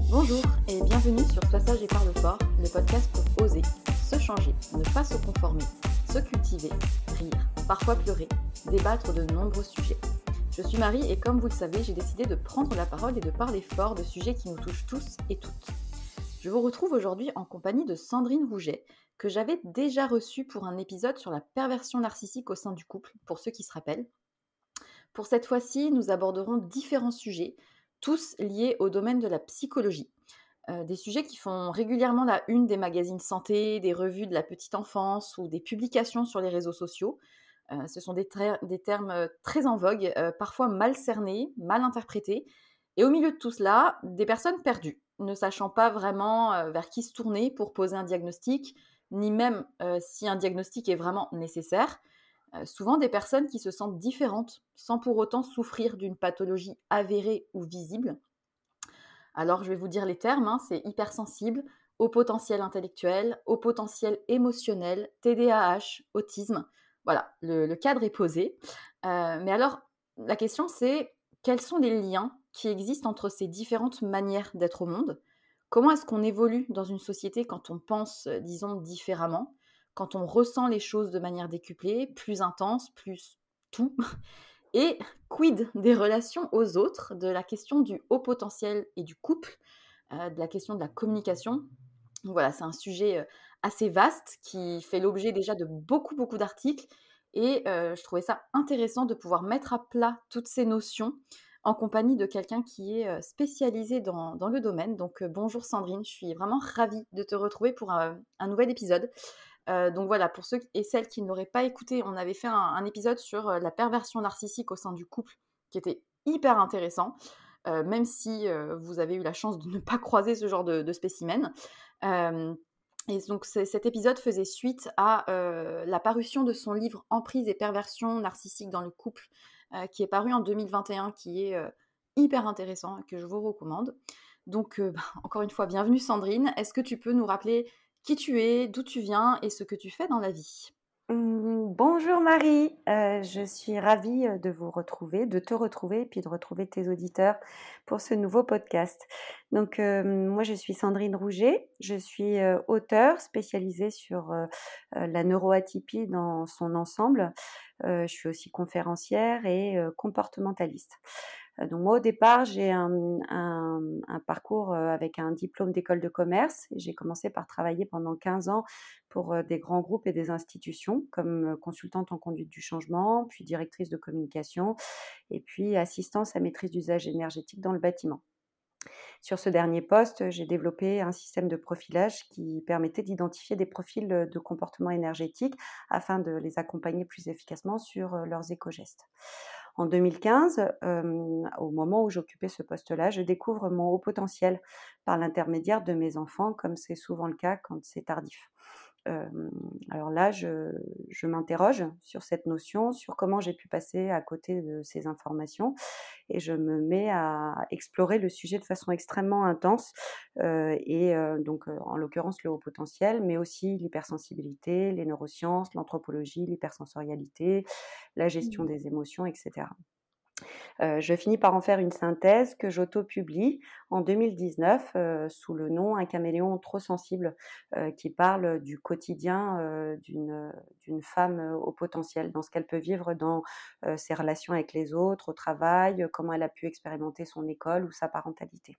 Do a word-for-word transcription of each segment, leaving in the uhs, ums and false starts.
Bonjour et bienvenue sur Sois sage et parle fort, le podcast pour oser, se changer, ne pas se conformer, se cultiver, rire, parfois pleurer, débattre de nombreux sujets. Je suis Marie et comme vous le savez, j'ai décidé de prendre la parole et de parler fort de sujets qui nous touchent tous et toutes. Je vous retrouve aujourd'hui en compagnie de Sandrine Rouget, que j'avais déjà reçue pour un épisode sur la perversion narcissique au sein du couple, pour ceux qui se rappellent. Pour cette fois-ci, nous aborderons différents sujets, tous liés au domaine de la psychologie. Euh, des sujets qui font régulièrement la une des magazines santé, des revues de la petite enfance ou des publications sur les réseaux sociaux. Euh, ce sont des, tra- des termes euh, très en vogue, euh, parfois mal cernés, mal interprétés. Et au milieu de tout cela, des personnes perdues, ne sachant pas vraiment euh, vers qui se tourner pour poser un diagnostic, ni même euh, si un diagnostic est vraiment nécessaire. Euh, souvent des personnes qui se sentent différentes, sans pour autant souffrir d'une pathologie avérée ou visible. Alors, je vais vous dire les termes, hein, c'est hypersensible, haut potentiel intellectuel, haut potentiel émotionnel, T D A H, autisme. Voilà, le, le cadre est posé. Euh, mais alors, la question c'est, quels sont les liens qui existent entre ces différentes manières d'être au monde? Comment est-ce qu'on évolue dans une société quand on pense, euh, disons, différemment, quand on ressent les choses de manière décuplée, plus intense, plus tout? Et quid des relations aux autres, de la question du haut potentiel et du couple, euh, de la question de la communication. Donc voilà, c'est un sujet euh, assez vaste qui fait l'objet déjà de beaucoup, beaucoup d'articles. Et euh, je trouvais ça intéressant de pouvoir mettre à plat toutes ces notions en compagnie de quelqu'un qui est euh, spécialisé dans, dans le domaine. Donc euh, bonjour Sandrine, je suis vraiment ravie de te retrouver pour un, un nouvel épisode. Euh, donc voilà, pour ceux et celles qui ne l'auraient pas écouté, on avait fait un, un épisode sur euh, la perversion narcissique au sein du couple qui était hyper intéressant, euh, même si euh, vous avez eu la chance de ne pas croiser ce genre de, de spécimen. Euh, et donc cet épisode faisait suite à euh, la parution de son livre Emprise et perversion narcissique dans le couple, euh, qui est paru en deux mille vingt et un, qui est euh, hyper intéressant et que je vous recommande. Donc euh, bah, encore une fois, bienvenue Sandrine. Est-ce que tu peux nous rappeler qui tu es, d'où tu viens et ce que tu fais dans la vie? Mmh, Bonjour Marie, euh, je suis ravie euh, de vous retrouver, de te retrouver et puis de retrouver tes auditeurs pour ce nouveau podcast. Donc euh, moi je suis Sandrine Rouget, je suis euh, auteure spécialisée sur euh, euh, la neuroatypie dans son ensemble. Euh, je suis aussi conférencière et euh, comportementaliste. Euh, donc moi au départ j'ai un, un, un parcours euh, avec un diplôme d'école de commerce. J'ai commencé par travailler pendant quinze ans pour euh, des grands groupes et des institutions comme euh, consultante en conduite du changement, puis directrice de communication et puis assistance à maîtrise d'usage énergétique dans le bâtiment. Sur ce dernier poste, j'ai développé un système de profilage qui permettait d'identifier des profils de comportement énergétique afin de les accompagner plus efficacement sur euh, leurs éco-gestes. En deux mille quinze, euh, au moment où j'occupais ce poste-là, je découvre mon haut potentiel par l'intermédiaire de mes enfants, comme c'est souvent le cas quand c'est tardif. Euh, alors là, je, je m'interroge sur cette notion, sur comment j'ai pu passer à côté de ces informations, et je me mets à explorer le sujet de façon extrêmement intense, euh, et euh, donc euh, en l'occurrence le haut potentiel, mais aussi l'hypersensibilité, les neurosciences, l'anthropologie, l'hypersensorialité, la gestion Mmh. des émotions, et cetera. Euh, je finis par en faire une synthèse que j'auto-publie en deux mille dix-neuf euh, sous le nom Un caméléon trop sensible, euh, qui parle du quotidien euh, d'une d'une femme euh, au potentiel, dans ce qu'elle peut vivre dans euh, ses relations avec les autres, au travail, euh, comment elle a pu expérimenter son école ou sa parentalité.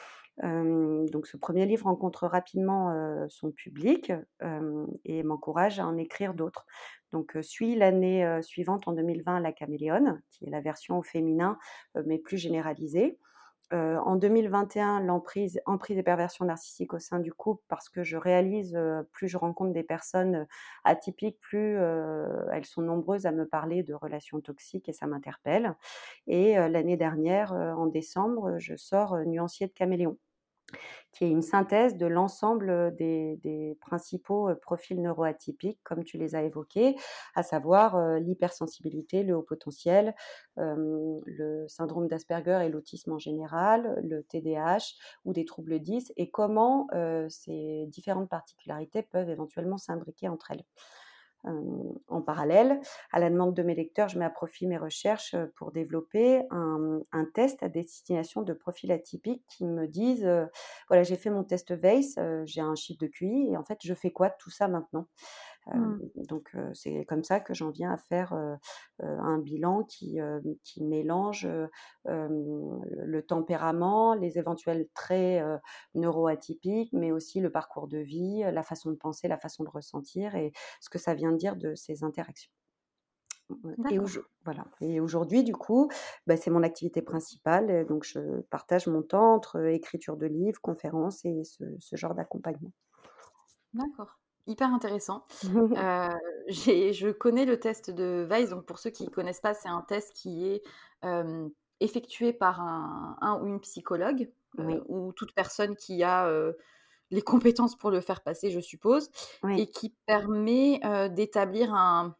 Euh, donc ce premier livre rencontre rapidement euh, son public euh, et m'encourage à en écrire d'autres. Donc euh, suis l'année euh, suivante, en deux mille vingt, La Caméléone, qui est la version au féminin, euh, mais plus généralisée. Euh, en deux mille vingt et un, l'emprise, emprise et perversion narcissique au sein du couple, parce que je réalise, euh, plus je rencontre des personnes atypiques, plus euh, elles sont nombreuses à me parler de relations toxiques et ça m'interpelle. Et euh, l'année dernière, euh, en décembre, je sors euh, Nuancier de caméléon, qui est une synthèse de l'ensemble des, des principaux euh, profils neuroatypiques, comme tu les as évoqués, à savoir euh, l'hypersensibilité, le haut potentiel, euh, le syndrome d'Asperger et l'autisme en général, le T D A H ou des troubles dys, et comment euh, ces différentes particularités peuvent éventuellement s'imbriquer entre elles. euh, en parallèle. À la demande de mes lecteurs, je mets à profit mes recherches euh, pour développer un, un test à destination de profils atypiques qui me disent, euh, voilà, j'ai fait mon test VACE, euh, j'ai un chiffre de Q I et en fait, je fais quoi de tout ça maintenant? Euh, Mmh. donc euh, c'est comme ça que j'en viens à faire euh, euh, un bilan qui, euh, qui mélange euh, euh, le tempérament, les éventuels traits euh, neuroatypiques, mais aussi le parcours de vie, la façon de penser, la façon de ressentir et ce que ça vient dire de ces interactions. Et, D'accord. aujo- voilà. Et aujourd'hui, du coup, bah, c'est mon activité principale. euh, Donc, je partage mon temps entre euh, écriture de livres, conférences et ce, ce genre d'accompagnement. D'accord, hyper intéressant. Heu, j'ai je connais le test de Weiss, donc pour ceux qui ne connaissent pas, c'est un test qui est, hem, effectué par un un ou une psychologue, heu, Oui, ou toute personne qui a, heu, les compétences pour le faire passer, je suppose, oui, et qui permet, heu, d'établir un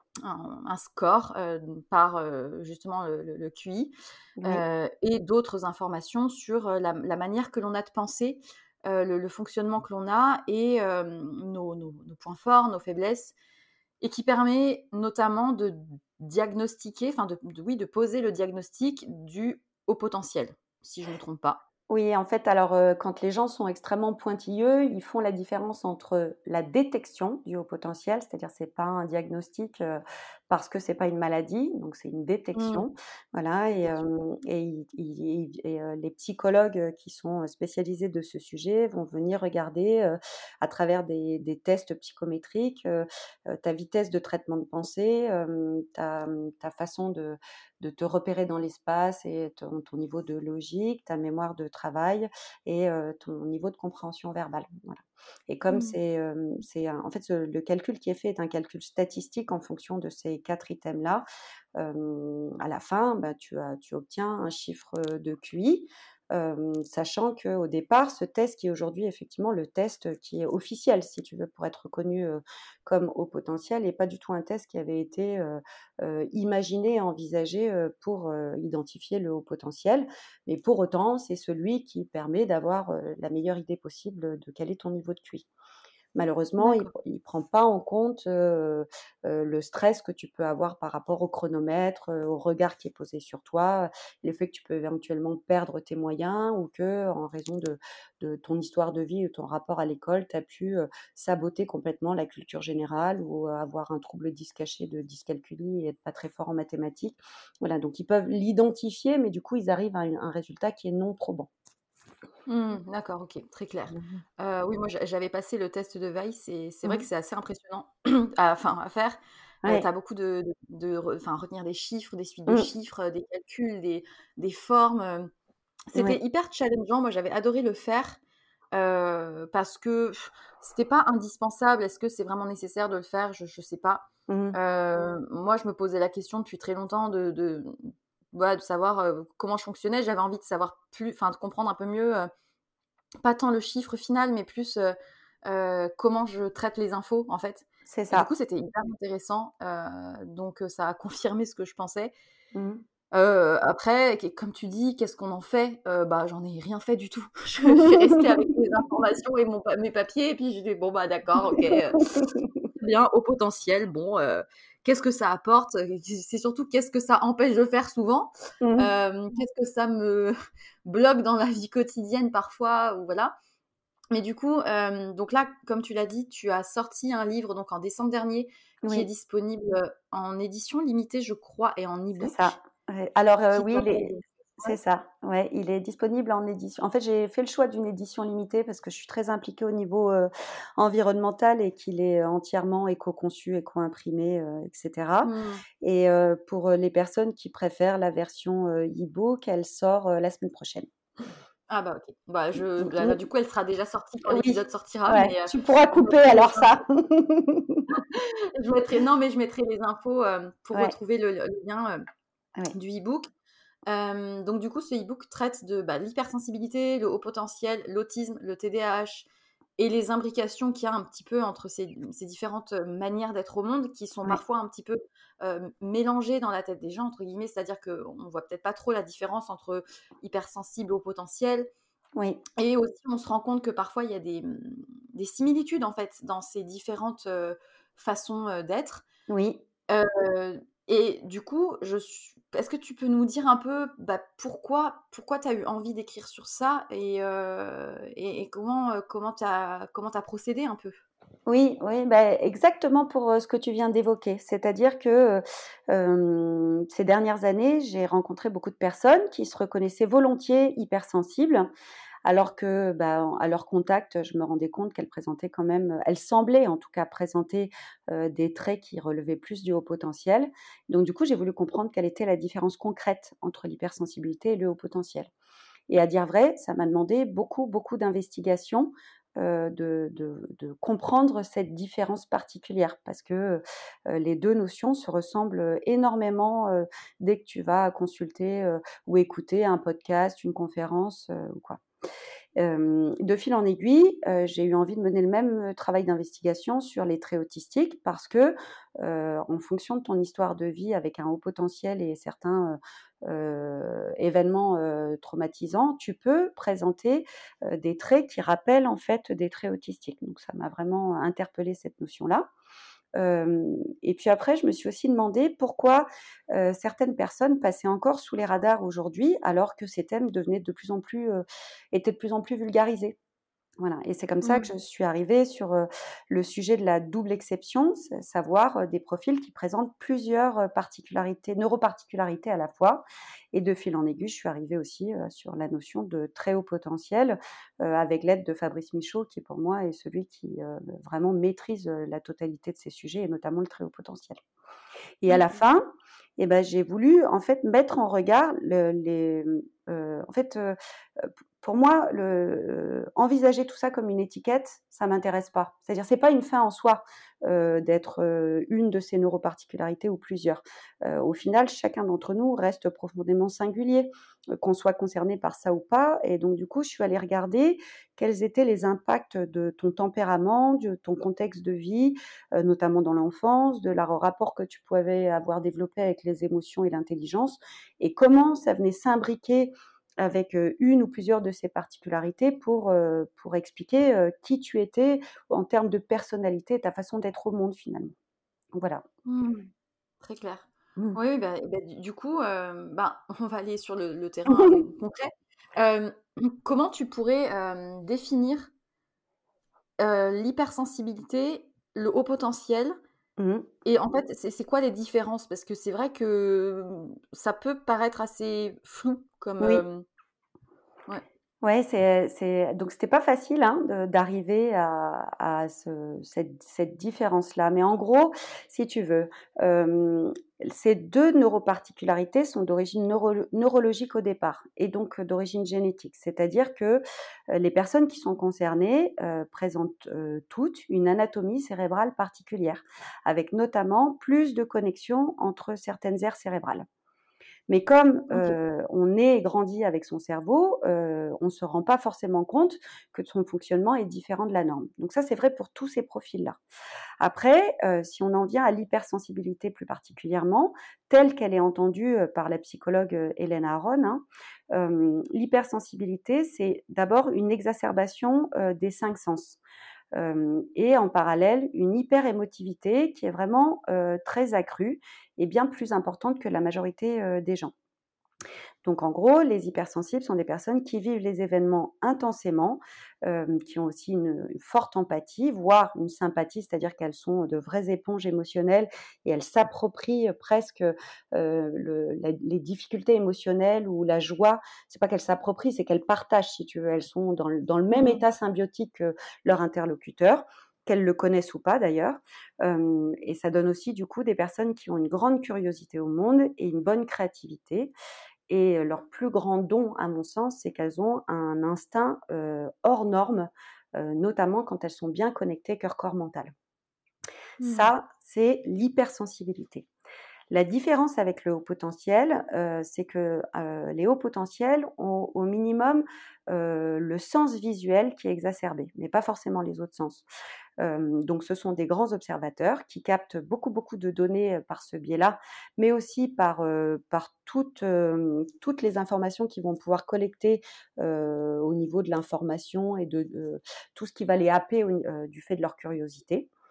un un score, heu, par, heu, justement le le le Q I, oui, heu, et d'autres informations sur, heu, la la manière que l'on a de penser, heu, le le fonctionnement que l'on a et hem, nos nos nos points forts, nos faiblesses, et qui permet notamment de diagnostiquer, enfin de de oui, de poser le diagnostic du haut potentiel, si je me trompe pas. Oui, en fait, alors, heu, quand les gens sont extrêmement pointilleux, ils font la différence entre la détection du haut potentiel, c'est-à-dire c'est pas un diagnostic, heu, parce que c'est pas une maladie, donc c'est une Mmh, détection, voilà et détection. hem et ils ils ils et heu, les psychologues, heu, qui sont, spécialisés de ce sujet vont venir regarder, heu, à travers des des tests psychométriques, heu heu, ta vitesse de traitement de pensée, hem, ta, mmh, ta façon de de te repérer dans l'espace et ton, ton niveau de logique, ta mémoire de travail et euh, ton niveau de compréhension verbale. Voilà. Et comme Mmh. c'est, euh, c'est un- en fait ce- le calcul qui est fait est un calcul statistique en fonction de ces quatre items-là, euh, à la fin, bah, tu, as, tu obtiens un chiffre de Q I. Euh, sachant qu'au départ, ce test qui est aujourd'hui effectivement le test qui est officiel, si tu veux, pour être reconnu euh, comme haut potentiel, et pas du tout un test qui avait été euh, euh, imaginé et envisagé euh, pour euh, identifier le haut potentiel. Mais pour autant, c'est celui qui permet d'avoir euh, la meilleure idée possible de quel est ton niveau de Q I. Malheureusement, il D'accord. ne prend pas en compte euh, euh, le stress que tu peux avoir par rapport au chronomètre, euh, au regard qui est posé sur toi, le fait que tu peux éventuellement perdre tes moyens ou que, en raison de, de ton histoire de vie ou ton rapport à l'école, tu as pu euh, saboter complètement la culture générale ou euh, avoir un trouble dyscaché de dyscalculie et être pas très fort en mathématiques. Voilà, donc ils peuvent l'identifier, mais du coup, ils arrivent à un, un résultat qui est non probant. Mmh, d'accord, OK, très clair. Mhm. Heu, oui, moi j'a j'avais passé le test de Weiss et c'est vrai que Mhm. c'est assez impressionnant à enfin, à faire. Heu, tu Ouais. as beaucoup de de de re enfin, retenir des chiffres, des suites de Mm. chiffres, heu, des calculs, des des formes, hem. C'était Ouais. hyper challengeant. Moi, j'avais adoré le faire, heu, parce que pff, c'était pas indispensable. Est-ce que c'est vraiment nécessaire de le faire? Je je sais pas. Mhm. Heu, moi, je me posais la question depuis très longtemps de de voilà, de savoir, heu, comment je fonctionnais. J'avais envie de savoir plus enfin, de comprendre un peu mieux, heu pas tant le chiffre final, mais plus, heu heu, comment je traite les infos, en fait, C'est et du coup, ça. c'était hyper intéressant, heu, donc heu, ça a confirmé ce que je pensais. Mhm. Heu, après, qu comme tu dis, qu'est-ce qu'on en fait? Heu, bah, j'en ai rien fait du tout. Je suis restée avec mes informations et mon pa mes papiers et puis j'ai dit: «Bon, bah, d'accord, OK, heu, bien, au potentiel, bon, heu, qu'est-ce que ça apporte?» C'est surtout qu'est-ce que ça empêche de faire souvent? Mmh. Hem, qu'est-ce que ça me bloque dans la vie quotidienne parfois, ou voilà. Mais du coup, hem, donc là, comme tu l'as dit, tu as sorti un livre donc en décembre dernier qui est Oui, disponible, heu, en édition limitée, je crois, et en c'est e-book ça. Ouais. Alors, heu, qui oui, il t'intéresse. est Ouais, c'est ça, ouais, il est disponible en édition en fait, j'ai fait le choix d'une édition limitée parce que je suis très impliquée au niveau, heu, environnemental et qu'il est, heu, entièrement éco-conçu, éco-imprimé, heu et cetera mmh. et heu, pour, heu, les personnes qui préfèrent la version, heu, e-book, elle sort, heu, la semaine prochaine. Ah bah, OK. Bah, je Mmh bah bah, mh. du coup, elle sera déjà sortie quand Oui, l'épisode sortira, ouais, mais heu, tu pourras je couper mettrai les alors ça. infos je mettrai non, mais je mettrai les infos, hem, pour Ouais, retrouver le le lien, heu, ouais, du e-book. Hem, donc du coup, ce e-book traite de, bah, l'hypersensibilité, le haut potentiel, l'autisme, le T D A H et les imbrications qu'il y a un petit peu entre ces ces différentes, heu, manières d'être au monde qui sont ouais, parfois un petit peu, heu, «mélangées» dans la tête des gens, entre guillemets. C'est-à-dire qu'on voit peut-être pas trop la différence entre hypersensible, haut potentiel, oui, et aussi on se rend compte que parfois il y a des, mmh, des similitudes en fait dans ces différentes, heu, façon, heu, d'être. Oui. Heu et du coup, je su est-ce que tu peux nous dire un peu, bah, pourquoi pourquoi tu as eu envie d'écrire sur ça et heu et et comment, heu, comment tu as comment tu as procédé un peu? Oui, oui, bah, exactement pour, heu, ce que tu viens d'évoquer. C'est-à-dire que, heu, hem, ces dernières années, j'ai rencontré beaucoup de personnes qui se reconnaissaient volontiers hypersensibles, alors que, bah, à leur contact, je me rendais compte qu'elles présentaient quand même, elles semblaient en tout cas présenter, heu, des traits qui relevaient plus du haut potentiel. Donc du coup, j'ai voulu comprendre quelle était la différence concrète entre l'hypersensibilité et le haut potentiel. Et à dire vrai, ça m'a demandé beaucoup, beaucoup d'investigation, heu, de de de comprendre cette différence particulière parce que, heu, les deux notions se ressemblent, énormément, heu, dès que tu vas consulter, heu, ou écouter un podcast, une conférence, heu, ou quoi. Hem, de fil en aiguille, heu, j'ai eu envie de mener le même, travail d'investigation sur les traits autistiques parce que, heu, en fonction de ton histoire de vie avec un haut potentiel et certains, heu heu, événements, heu, traumatisants, tu peux présenter, heu, des traits qui rappellent en fait des traits autistiques. Donc ça m'a vraiment interpellée cette notion-là. Hem et puis après, je me suis aussi demandé pourquoi, heu, certaines personnes passaient encore sous les radars aujourd'hui, alors que ces thèmes devenaient de plus en plus, heu, étaient de plus en plus vulgarisés. Voilà et c'est comme ça que Mmh. je suis arrivée sur, heu, le sujet de la double exception, c'est savoir, heu, des profils qui présentent plusieurs, heu, particularités neuroparticularités à la fois et de fil en aiguille, je suis arrivée aussi, heu, sur la notion de très haut potentiel, heu, avec l'aide de Fabrice Michaud qui pour moi est celui qui, heu, vraiment maîtrise, heu, la totalité de ces sujets et notamment le très haut potentiel. Et à la OK. fin, et ben, j'ai voulu en fait mettre en regard le les, mmh, en fait, heu heu, p pour moi, le, heu, envisager tout ça comme une étiquette, ça m'intéresse pas. C'est-à-dire, c'est pas une fin en soi, heu, d'être, heu, une de ces neuroparticularités ou plusieurs. Heu, au final, chacun d'entre nous reste profondément singulier, heu, qu'on soit concerné par ça ou pas et donc du coup, je suis allée regarder quels étaient les impacts de ton tempérament, de ton contexte de vie, heu, notamment dans l'enfance, de la rapport que tu pouvais avoir développé avec les émotions et l'intelligence et comment ça venait s'imbriquer avec, heu, une ou plusieurs de ces particularités pour, heu, pour expliquer, heu, qui tu étais en termes de personnalité, ta façon d'être au monde finalement. Voilà. Mmh. Très clair. Mmh. Oui, oui, bah bah, du du coup, hem, ben, on va aller sur le le terrain, heu, concret. Hem, comment tu pourrais, hem, définir, heu, l'hypersensibilité, le haut potentiel Mmh. et en fait, c'est c'est quoi les différences? Parce que c'est vrai que, mmh, ça peut paraître assez flou comme, Oui. hem ouais. Ouais, c'est c'est donc c'était pas facile, hein, de d'arriver à à ce cette cette différence-là. Mais en gros, si tu veux, hem, ces deux neuroparticularités sont d'origine neurolo neurologique au départ et donc, heu, d'origine génétique. C'est-à-dire que, heu, les personnes qui sont concernées, heu, présentent, heu, toutes une anatomie cérébrale particulière, avec notamment plus de connexions entre certaines aires cérébrales. Mais comme, OK. heu, on naît et grandit avec son cerveau, heu, on se rend pas forcément compte que son fonctionnement est différent de la norme. Donc ça, c'est vrai pour tous ces profils-là. Après, heu, si on en vient à l'hypersensibilité plus particulièrement, telle qu'elle est entendue, heu, par la psychologue, heu, Hélène Aron, hein, hem, l'hypersensibilité, c'est d'abord une exacerbation, heu, des cinq sens. Hem et en parallèle, une hyperémotivité qui est vraiment, heu, très accrue et bien plus importante que la majorité, heu, des gens. Donc en gros, les hypersensibles sont des personnes qui vivent les événements intensément, hem, qui ont aussi une une forte empathie, voire une sympathie, c'est-à-dire qu'elles sont de vraies éponges émotionnelles et elles s'approprient, presque, heu, le la les difficultés émotionnelles ou la joie. C'est pas qu'elles s'approprient, c'est qu'elles partagent si tu veux. Elles sont dans le dans le même Mmh. état symbiotique que leur interlocuteur, qu'elles le connaissent ou pas d'ailleurs. Hem et ça donne aussi du coup des personnes qui ont une grande curiosité au monde et une bonne créativité et leur plus grand don, à mon sens, c'est qu'elles ont un instinct, heu, hors norme, heu, notamment quand elles sont bien connectées cœur, corps, mental. Mmh. Ça, c'est l'hypersensibilité. La différence avec le haut potentiel, heu, c'est que, heu, les hauts potentiels ont au minimum, heu, le sens visuel qui est exacerbé, mais pas forcément les autres sens. Hem, donc ce sont des grands observateurs qui captent beaucoup, beaucoup de données, heu, par ce biais-là, mais aussi par, heu, par toutes, hem, toutes les informations qu'ils vont pouvoir collecter, heu, au niveau de l'information et de de tout ce qui va les happer au ni heu, du fait de leur curiosité.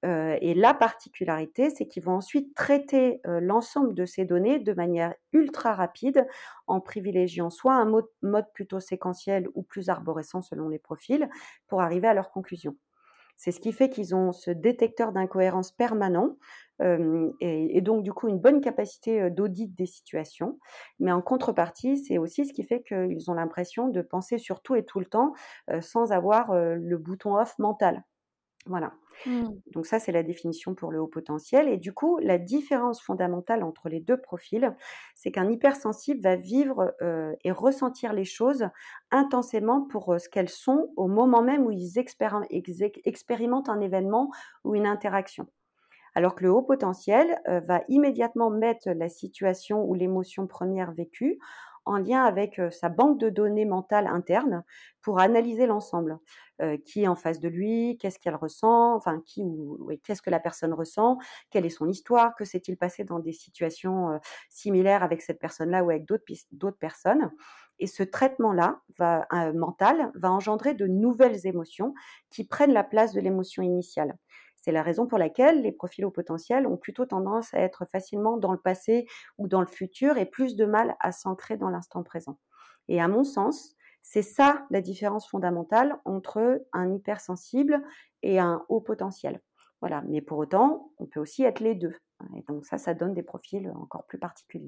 Euh, et la particularité, c'est qu'ils vont ensuite traiter euh, l'ensemble de ces données de manière ultra rapide en privilégiant soit un mode, mode plutôt séquentiel ou plus arborescent selon les profils pour arriver à leur conclusion. C'est ce qui fait qu'ils ont ce détecteur d'incohérence permanent euh, et, et donc du coup une bonne capacité d'audit des situations. Mais en contrepartie, c'est aussi ce qui fait qu'ils ont l'impression de penser sur tout et tout le temps euh, sans avoir euh, le bouton off mental. Voilà. Mmh. Donc ça, c'est la définition pour le haut potentiel. Et du coup, la différence fondamentale entre les deux profils, c'est qu'un hypersensible va vivre euh, et ressentir les choses intensément pour euh, ce qu'elles sont au moment même où ils expérim- ex- expérimentent un événement ou une interaction. Alors que le haut potentiel euh, va immédiatement mettre la situation ou l'émotion première vécue en lien avec euh, sa banque de données mentales interne pour analyser l'ensemble. Euh, qui est en face de lui, qu'est-ce qu'elle ressent, enfin qui ou oui, qu'est-ce que la personne ressent, quelle est son histoire, que s'est-il passé dans des situations euh, similaires avec cette personne-là ou avec d'autres, d'autres personnes. Et ce traitement-là va, euh, mental va engendrer de nouvelles émotions qui prennent la place de l'émotion initiale. C'est la raison pour laquelle les profils au potentiel ont plutôt tendance à être facilement dans le passé ou dans le futur et plus de mal à s'ancrer dans l'instant présent. Et à mon sens, c'est ça la différence fondamentale entre un hypersensible et un haut potentiel. Voilà. Mais pour autant, on peut aussi être les deux. Et donc ça, ça donne des profils encore plus particuliers.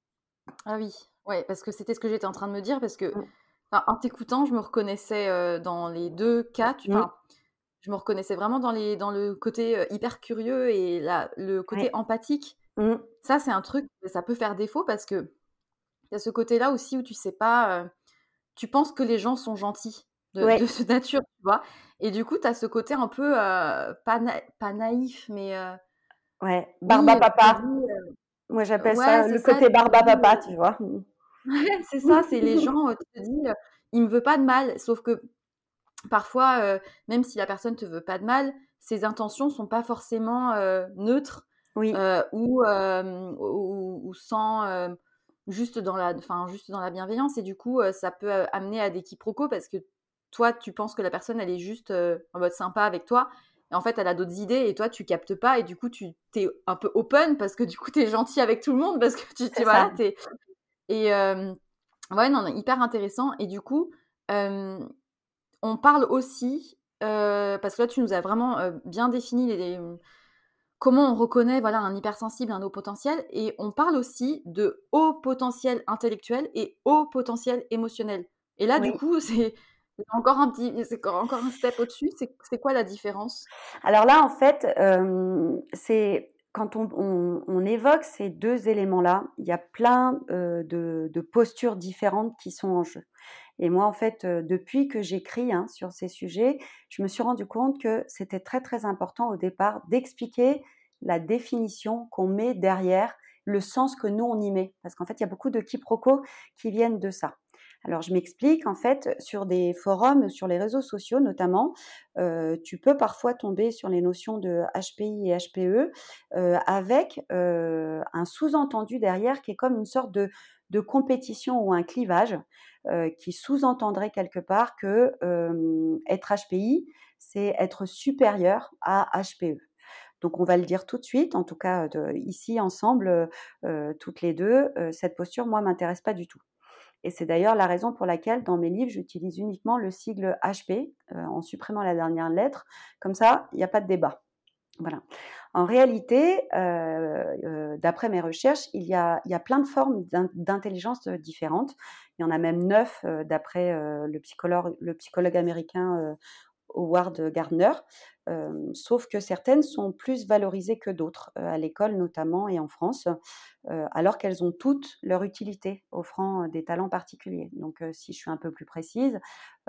Ah oui, ouais, parce que c'était ce que j'étais en train de me dire, parce que Mm. enfin, en t'écoutant, je me reconnaissais euh, dans les deux cas. Tu, Mm. enfin, je me reconnaissais vraiment dans les, dans le côté euh, hyper curieux et la, le côté Ouais. empathique. Mm. Ça, c'est un truc, ça peut faire défaut parce que il y a ce côté-là aussi où tu sais pas, euh, tu penses que les gens sont gentils de, de Ouais. ce nature, tu vois. Et du coup, tu as ce côté un peu, euh, pas, na- pas naïf, mais euh, Ouais. Barba oui, tu te papa. dis, Moi, euh, j'appelle ouais, ça c'est le ça, côté tu te barba dis, papa, tu vois. ouais, c'est ça, c'est les gens, heu, tu te dis, heu: «Il me veut pas de mal», sauf que parfois, heu, même si la personne te veut pas de mal, ses intentions sont pas forcément, heu, neutres, Oui, heu, ou hem, ou ou sans, hem, juste dans la enfin, juste dans la bienveillance et du coup, heu, ça peut, heu, amener à des quiproquos parce que toi, tu penses que la personne, elle est juste, heu, en mode sympa avec toi et en fait, elle a d'autres idées et toi, tu captes pas et du coup, tu tu es un peu open parce que du coup, tu es gentil avec tout le monde parce que tu tu c'est ça. voilà, tu es et hem ouais, non, non, hyper intéressant et du coup, hem, on parle aussi, heu, parce que là, tu nous as vraiment, heu, bien défini les les, mmh, comment on reconnaît, voilà, un hypersensible, un haut potentiel et on parle aussi de haut potentiel intellectuel et haut potentiel émotionnel et là, du Oui. coup, c'est c'est encore un petit c'est encore encore un step au-dessus. C'est c'est quoi la différence? Alors là, en fait, hem, c'est quand on on on évoque ces deux éléments-là, il y a plein, heu, de de postures différentes qui sont en jeu. Et moi, en fait, heu, depuis que j'écris, hein, sur ces sujets, je me suis rendu compte que c'était très, très important au départ d'expliquer la définition qu'on met derrière, le sens que nous on y met. Parce qu'en fait, il y a beaucoup de quiproquos qui viennent de ça. Alors je m'explique, en fait, sur des forums, sur les réseaux sociaux notamment, heu, tu peux parfois tomber sur les notions de H P I et H P E, heu, avec, heu, un sous-entendu derrière qui est comme une sorte de de compétition ou un clivage, heu, qui sous-entendrait quelque part que, hem, être H P I, c'est être supérieur à H P E. Donc on va le dire tout de suite, en tout cas de ici ensemble, heu heu, toutes les deux, heu, cette posture, moi, m'intéresse pas du tout. Et c'est d'ailleurs la raison pour laquelle dans mes livres, j'utilise uniquement le sigle H P, heu, en supprimant la dernière lettre. Comme ça, il y a pas de débat. Voilà. En réalité, heu heu, d'après mes recherches, il y a il y a plein de formes d'in d'intelligence, heu, différentes. Il y en a même neuf, heu, d'après, heu, le psychologue le psychologue américain, heu, Howard Gardner, hem, sauf que certaines sont plus valorisées que d'autres, heu, à l'école notamment et en France, heu, alors qu'elles ont toutes leur utilité, offrant, heu, des talents particuliers. Donc, heu, si je suis un peu plus précise,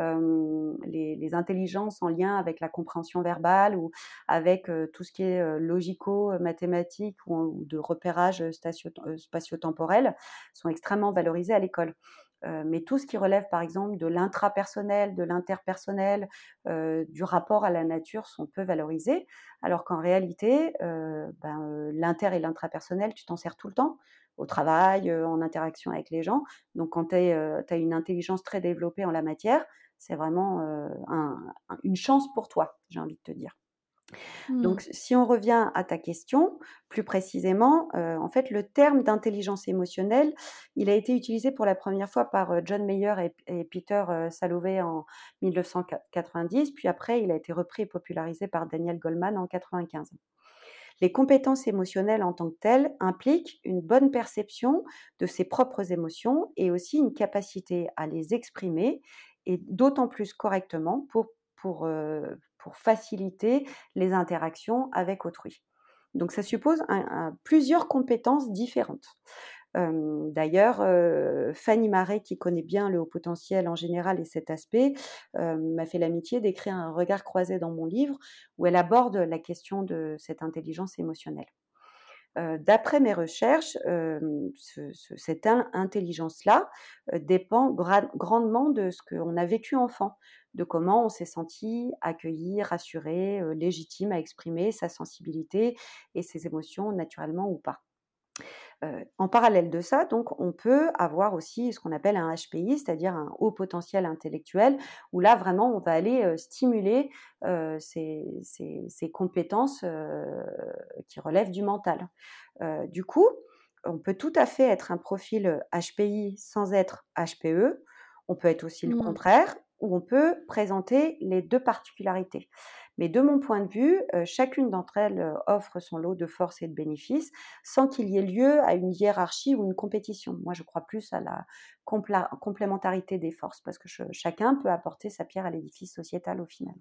hem, les les intelligences en lien avec la compréhension verbale ou avec, heu, tout ce qui est, heu, logico, heu, mathématique ou ou de repérage, heu, statio heu, spatio-temporel sont extrêmement valorisées à l'école. Heu, mais tout ce qui relève, par exemple, de l'intrapersonnel, de l'interpersonnel, heu, du rapport à la nature sont peu valorisés, alors qu'en réalité, heu, ben, heu, l'inter et l'intrapersonnel, tu t'en sers tout le temps, au travail, heu, en interaction avec les gens. Donc quand tu heu, tu as une intelligence très développée en la matière, c'est vraiment, heu, un un une chance pour toi, j'ai envie de te dire. Donc, Mmh. si on revient à ta question, plus précisément, heu, en fait, le terme d'intelligence émotionnelle, il a été utilisé pour la première fois par, heu, John Mayer et et Peter, heu, Salovey en mille neuf cent quatre-vingt-dix, puis après il a été repris et popularisé par Daniel Goleman en quatre-vingt-quinze. Les compétences émotionnelles en tant que telles impliquent une bonne perception de ses propres émotions et aussi une capacité à les exprimer et d'autant plus correctement pour pour, heu, pour faciliter les interactions avec autrui. Donc ça suppose un un plusieurs compétences différentes. Hem, d'ailleurs, heu, Fanny Marais, qui connaît bien le haut potentiel en général et cet aspect, heu, m'a fait l'amitié d'écrire un regard croisé dans mon livre où elle aborde la question de cette intelligence émotionnelle. Heu, d'après mes recherches, hem, ce ce cette in intelligence-là, heu, dépend gra grandement de ce qu'on a vécu enfant, de comment on s'est senti accueilli, rassuré, heu, légitime à exprimer sa sensibilité et ses émotions naturellement ou pas. Heu, en parallèle de ça, donc, on peut avoir aussi ce qu'on appelle un H P I, c'est-à-dire un haut potentiel intellectuel, où là, vraiment, on va aller, heu, stimuler, heu, ces ces ces compétences, heu, qui relèvent du mental. Heu, du coup, on peut tout à fait être un profil, heu, H P I sans être H P E. On peut être aussi le Mmh. contraire ou on peut présenter les deux particularités. Mais de mon point de vue, heu, chacune d'entre elles, heu, offre son lot de forces et de bénéfices sans qu'il y ait lieu à une hiérarchie ou une compétition. Moi, je crois plus à la compla complémentarité des forces parce que che chacun peut apporter sa pierre à l'édifice sociétal au final.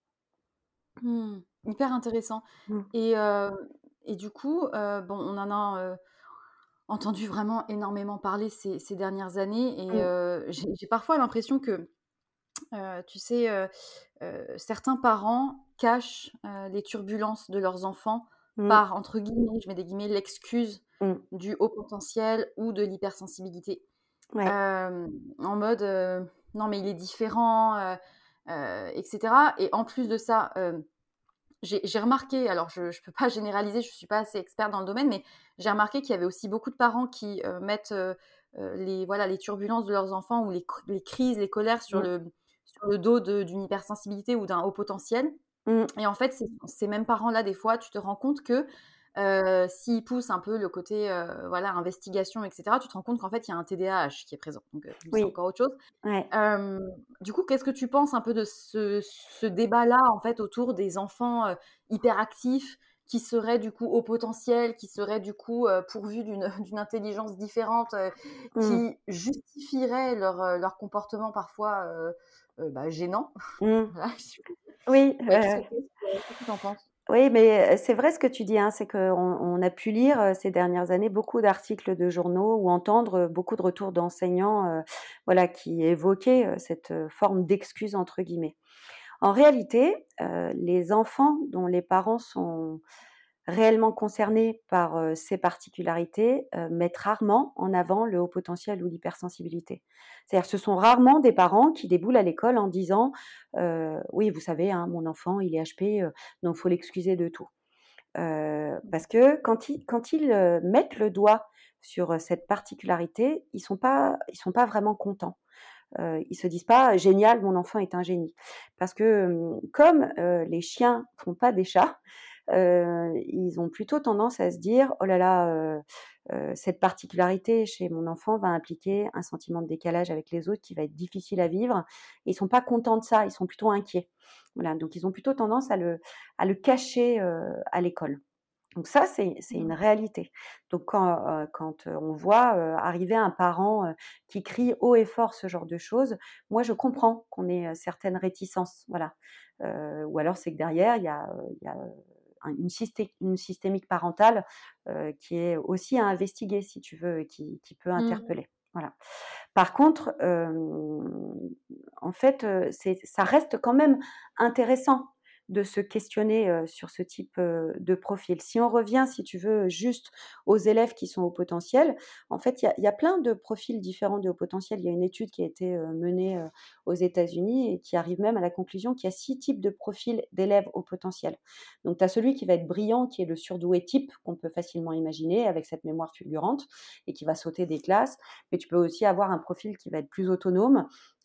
Mmh. Hyper intéressant Mmh. et heu et du coup, heu, bon, on en a, heu, entendu vraiment énormément parler ces ces dernières années et Mmh. heu, j'ai j'ai parfois l'impression que, heu, tu sais, heu heu, certains parents cachent, heu, les turbulences de leurs enfants Mmh. par, entre guillemets, je mets des guillemets, «l'excuse» Mmh. du haut potentiel ou de l'hypersensibilité. Ouais. Hem, en mode, heu: «Non mais il est différent», heu heu et cetera et en plus de ça, hem, j'ai j'ai remarqué, alors je je peux pas généraliser, je suis pas assez experte dans le domaine, mais j'ai remarqué qu'il y avait aussi beaucoup de parents qui, heu, mettent, heu heu, les voilà, les turbulences de leurs enfants ou les cr les crises, les colères sur Mmh. le sur le dos de d'une hypersensibilité ou d'un haut potentiel Mmh. et en fait, ces ces mêmes parents-là, des fois, tu te rends compte que, heu, s'ils poussent un peu le côté, heu, voilà, investigation et cetera, tu te rends compte qu'en fait, il y a un T D A H qui est présent. Donc, heu, lui, c'est Oui. encore autre chose. Ouais. Hem, du coup, qu'est-ce que tu penses un peu de ce ce débat-là, en fait, autour des enfants, heu, hyperactifs qui seraient, du coup, au potentiel, qui seraient, du coup, heu, pourvus d'une d'une intelligence différente, heu, Mmh. qui justifieraient leur, heu, leur comportement parfois, heu heu, bah, gênant. Mmh. Voilà, si je puis dire. Oui, Ouais, qu'est-ce heu, que qu'est-ce que qu'est-ce que tu en penses? oui, mais heu, c'est vrai ce que tu dis, hein, c'est qu'on on a pu lire, heu, ces dernières années beaucoup d'articles de journaux ou entendre, heu, beaucoup de retours d'enseignants, heu, voilà, qui évoquaient, heu, cette, heu, forme «d'excuse» entre guillemets. En réalité, heu, les enfants dont les parents sont réellement concernés par, heu, ces particularités, heu, mettent rarement en avant le haut potentiel ou l'hypersensibilité. C'est-à-dire, ce sont rarement des parents qui déboulent à l'école en disant, heu: «Oui, vous savez, hein, mon enfant, il est H P, heu, donc faut l'excuser de tout». Heu, parce que quand ils quand ils, heu, mettent le doigt sur, heu, cette particularité, ils sont pas ils sont pas vraiment contents. Heu, ils se disent pas: «Génial, mon enfant est un génie». Parce que, hem, comme, heu, les chiens font pas des chats, heu, ils ont plutôt tendance à se dire: «Oh là là, heu heu, cette particularité chez mon enfant va impliquer un sentiment de décalage avec les autres qui va être difficile à vivre». Et ils sont pas contents de ça, ils sont plutôt inquiets. Voilà, donc ils ont plutôt tendance à le à le cacher, heu, à l'école. Donc ça, c'est c'est une Mmh. réalité. Donc quand, heu, quand, heu, on voit, heu, arriver un parent, heu, qui crie haut et fort ce genre de choses, moi je comprends qu'on ait, heu, certaines réticences, voilà. Heu, ou alors c'est que derrière il y a, heu, il y a, heu, un une systé une systémique parentale, heu, qui est aussi à investiguer si tu veux et qui qui peut Mmh. interpeller, voilà. Par contre, hem, en fait, heu, c'est ça reste quand même intéressant de se questionner, heu, sur ce type, heu, de profil. Si on revient, si tu veux, juste aux élèves qui sont au potentiel, en fait, il y a il y a plein de profils différents de haut potentiel. Il y a une étude qui a été, heu, menée, heu, aux États-Unis et qui arrive même à la conclusion qu'il y a six types de profils d'élèves au potentiel. Donc tu as celui qui va être brillant, qui est le surdoué type qu'on peut facilement imaginer avec cette mémoire fulgurante et qui va sauter des classes. Mais tu peux aussi avoir un profil qui va être plus autonome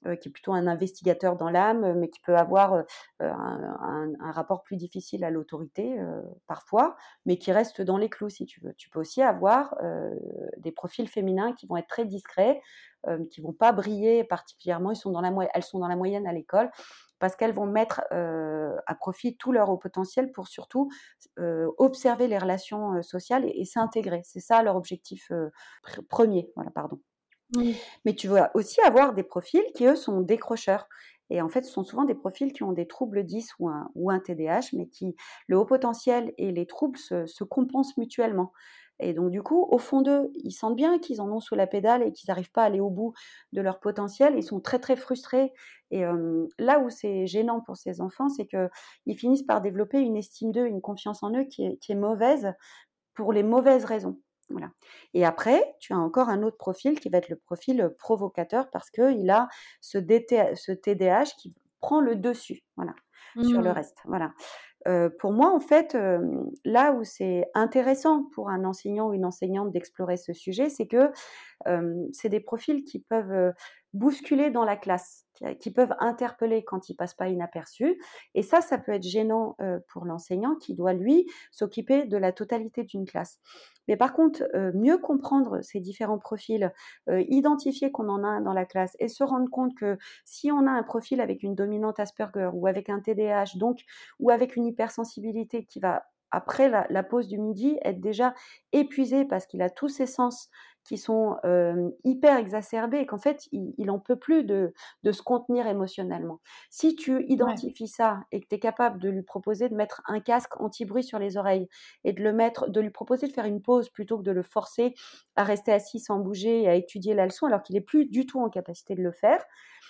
heu, qui est plutôt un investigateur dans l'âme, mais qui peut avoir, heu, un un un rapport plus difficile à l'autorité, heu, parfois, mais qui reste dans les clous si tu veux. Tu peux aussi avoir, heu, des profils féminins qui vont être très discrets, hem, qui vont pas briller particulièrement. Ils sont dans la moy elles sont dans la moyenne à l'école parce qu'elles vont mettre, heu, à profit tout leur haut potentiel pour surtout, heu, observer les relations, heu, sociales et et s'intégrer. C'est ça leur objectif, heu, pr premier. Voilà, pardon. Mmh. Mais tu vas aussi avoir des profils qui, eux, sont décrocheurs et en fait, ce sont souvent des profils qui ont des troubles dys ou un ou un T D A H, mais qui le haut potentiel et les troubles se se compensent mutuellement et donc du coup, au fond d'eux, ils sentent bien qu'ils en ont sous la pédale et qu'ils n'arrivent pas à aller au bout de leur potentiel. Ils sont très, très frustrés et hem, là où c'est gênant pour ces enfants, c'est qu'ils finissent par développer une estime d'eux, une confiance en eux qui est qui est mauvaise pour les mauvaises raisons. Voilà. Et après, tu as encore un autre profil qui va être le profil provocateur parce qu'il a ce, D T, ce T D A H qui prend le dessus, voilà, sur le Mmh. reste. Voilà. Euh, pour moi, en fait, euh, là où c'est intéressant pour un enseignant ou une enseignante d'explorer ce sujet, c'est que euh, c'est des profils qui peuvent euh, bousculer dans la classe, qui, qui peuvent interpeller quand ils passent pas inaperçus. Et ça, ça peut être gênant euh, pour l'enseignant qui doit, lui, s'occuper de la totalité d'une classe. Mais par contre, euh, mieux comprendre ces différents profils, euh, identifier qu'on en a un dans la classe et se rendre compte que si on a un profil avec une dominante Asperger ou avec un T D A H, donc, ou avec une hypersensibilité qui va après la, la pause du midi, être déjà épuisé parce qu'il a tous ses sens qui sont euh, hyper exacerbés et qu'en fait, il, il en peut plus de, de se contenir émotionnellement. Si tu Ouais. identifies ça et que tu es capable de lui proposer de mettre un casque anti-bruit sur les oreilles et de le mettre, de lui proposer de faire une pause plutôt que de le forcer à rester assis sans bouger et à étudier la leçon alors qu'il n'est plus du tout en capacité de le faire,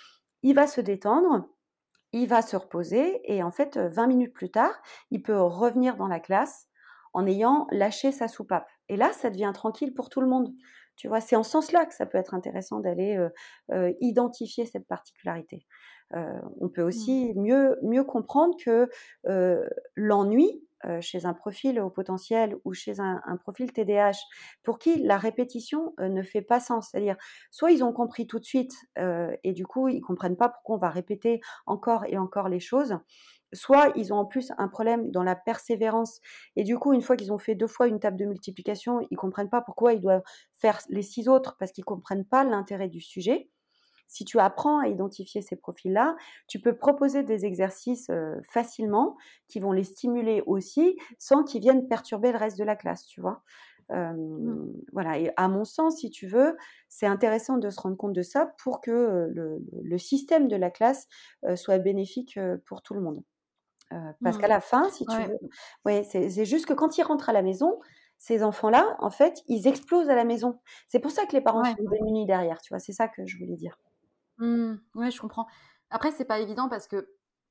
il va se détendre. Il va se reposer et en fait, vingt minutes plus tard, il peut revenir dans la classe en ayant lâché sa soupape. Et là, ça devient tranquille pour tout le monde. Tu vois, c'est en ce sens-là que ça peut être intéressant d'aller euh, euh, identifier cette particularité. Euh, on peut Mmh. aussi mieux, mieux comprendre que euh, l'ennui euh, chez un profil au potentiel ou chez un, un profil T D A H, pour qui la répétition euh, ne fait pas sens. C'est-à-dire, soit ils ont compris tout de suite euh, et du coup, ils comprennent pas pourquoi on va répéter encore et encore les choses, soit ils ont en plus un problème dans la persévérance et du coup, une fois qu'ils ont fait deux fois une table de multiplication, ils comprennent pas pourquoi ils doivent faire les six autres parce qu'ils comprennent pas l'intérêt du sujet. Si tu apprends à identifier ces profils-là, tu peux proposer des exercices euh, facilement qui vont les stimuler aussi sans qu'ils viennent perturber le reste de la classe, tu vois. Euh, Mmh. voilà, et à mon sens, si tu veux, c'est intéressant de se rendre compte de ça pour que euh, le, le système de la classe euh, soit bénéfique euh, pour tout le monde. Euh, parce qu'à Mmh. la fin, si tu Ouais. veux, ouais, c'est, c'est juste que quand ils rentrent à la maison, ces enfants-là, en fait, ils explosent à la maison. C'est pour ça que les parents Ouais. sont démunis derrière, tu vois, c'est ça que je voulais dire. Mmh. Ouais, je comprends. Après, c'est pas évident parce que,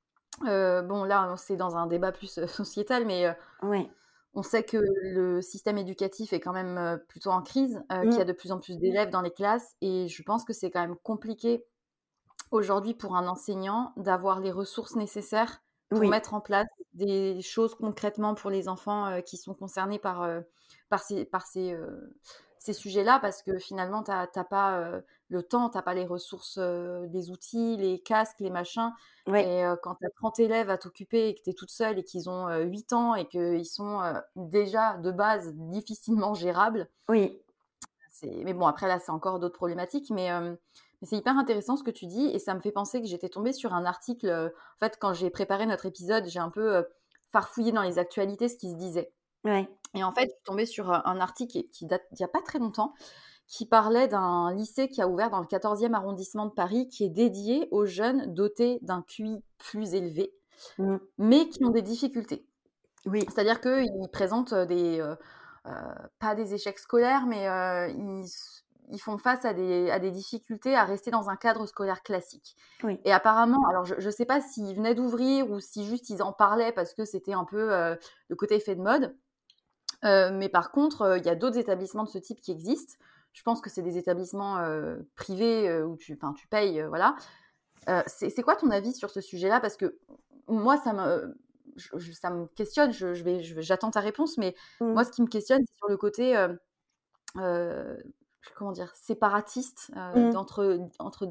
heu, bon, là, c'est dans un débat plus, heu, sociétal, mais, heu, Ouais. on sait que le système éducatif est quand même, heu, plutôt en crise, heu, qu'il y Mmh. a de plus en plus d'élèves dans les classes et je pense que c'est quand même compliqué aujourd'hui pour un enseignant d'avoir les ressources nécessaires pour Oui, mettre en place des choses concrètement pour les enfants, heu, qui sont concernés par, heu, par ces par ces, heu, ces sujets-là parce que finalement tu as pas, heu, le temps, tu as pas les ressources, heu, les outils, les casques, les machins ouais, et heu, quand tu as trente élèves à t'occuper et que tu es toute seule et qu'ils ont, heu, huit ans et qu'ils sont, heu, déjà de base difficilement gérables, oui, c'est mais bon, après là, c'est encore d'autres problématiques, mais hem, mais c'est hyper intéressant ce que tu dis et ça me fait penser que j'étais tombée sur un article, heu, en fait, quand j'ai préparé notre épisode, j'ai un peu, heu, farfouillé dans les actualités ce qui se disait ouais. et en fait, je suis tombée sur, heu, un article qui qui date d'il y a pas très longtemps, qui parlait d'un lycée qui a ouvert dans le quatorzième arrondissement de Paris, qui est dédié aux jeunes dotés d'un Q I plus élevé, Mmh. mais qui ont des difficultés. Oui, C'est-à-dire qu'ils présentent des, heu heu, pas des échecs scolaires, mais heu, ils s ils font face à des à des difficultés à rester dans un cadre scolaire classique oui, et apparemment alors je je sais pas s'ils venaient d'ouvrir ou si juste ils en parlaient parce que c'était un peu, heu, le côté effet de mode, heu, mais par contre, heu, il y a d'autres établissements de ce type qui existent. Je pense que c'est des établissements, heu, privés, heu, où tu enfin tu payes, heu, voilà. Heu, c'est c'est quoi ton avis sur ce sujet-là? Parce que moi, ça me je je ça me questionne, je je vais je vais j'attends ta réponse, mais mmh, moi, ce qui me questionne, c'est sur le côté, heu heu, comment dire? Séparatiste, heu, mmh. d'entre entre entre guillemets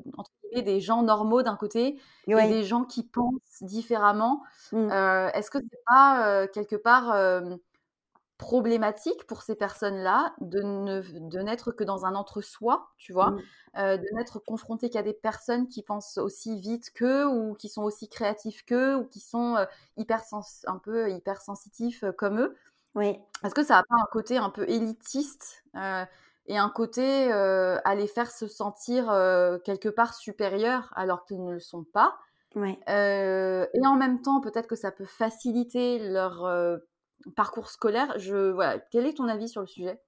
aimer des gens normaux d'un côté et Oui. des gens qui pensent différemment. Mmh. Heu, est-ce que c'est pas, heu, quelque part, hem, problématique pour ces personnes-là de ne de n'être que dans un entre-soi, tu vois? Mmh. Heu, de n'être confrontées qu'à des personnes qui pensent aussi vite qu'eux ou qui sont aussi créatifs qu'eux ou qui sont, heu, hyper sens un peu hypersensitifs, heu, comme eux. Oui. Est-ce que ça a pas un côté un peu élitiste, heu et un côté, heu, à les faire se sentir, heu, quelque part supérieurs alors qu'ils ne le sont pas? Ouais. Heu et en même temps, peut-être que ça peut faciliter leur, heu, parcours scolaire. Je voilà, quel est ton avis sur le sujet?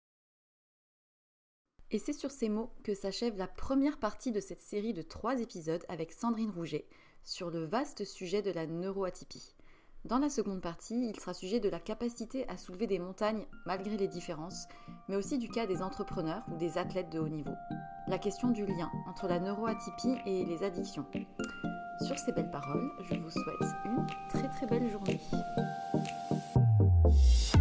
Et c'est sur ces mots que s'achève la première partie de cette série de trois épisodes avec Sandrine Rouget sur le vaste sujet de la neuroatypie. Dans la seconde partie, il sera sujet de la capacité à soulever des montagnes malgré les différences, mais aussi du cas des entrepreneurs ou des athlètes de haut niveau. La question du lien entre la neuroatypie et les addictions. Sur ces belles paroles, je vous souhaite une très très belle journée.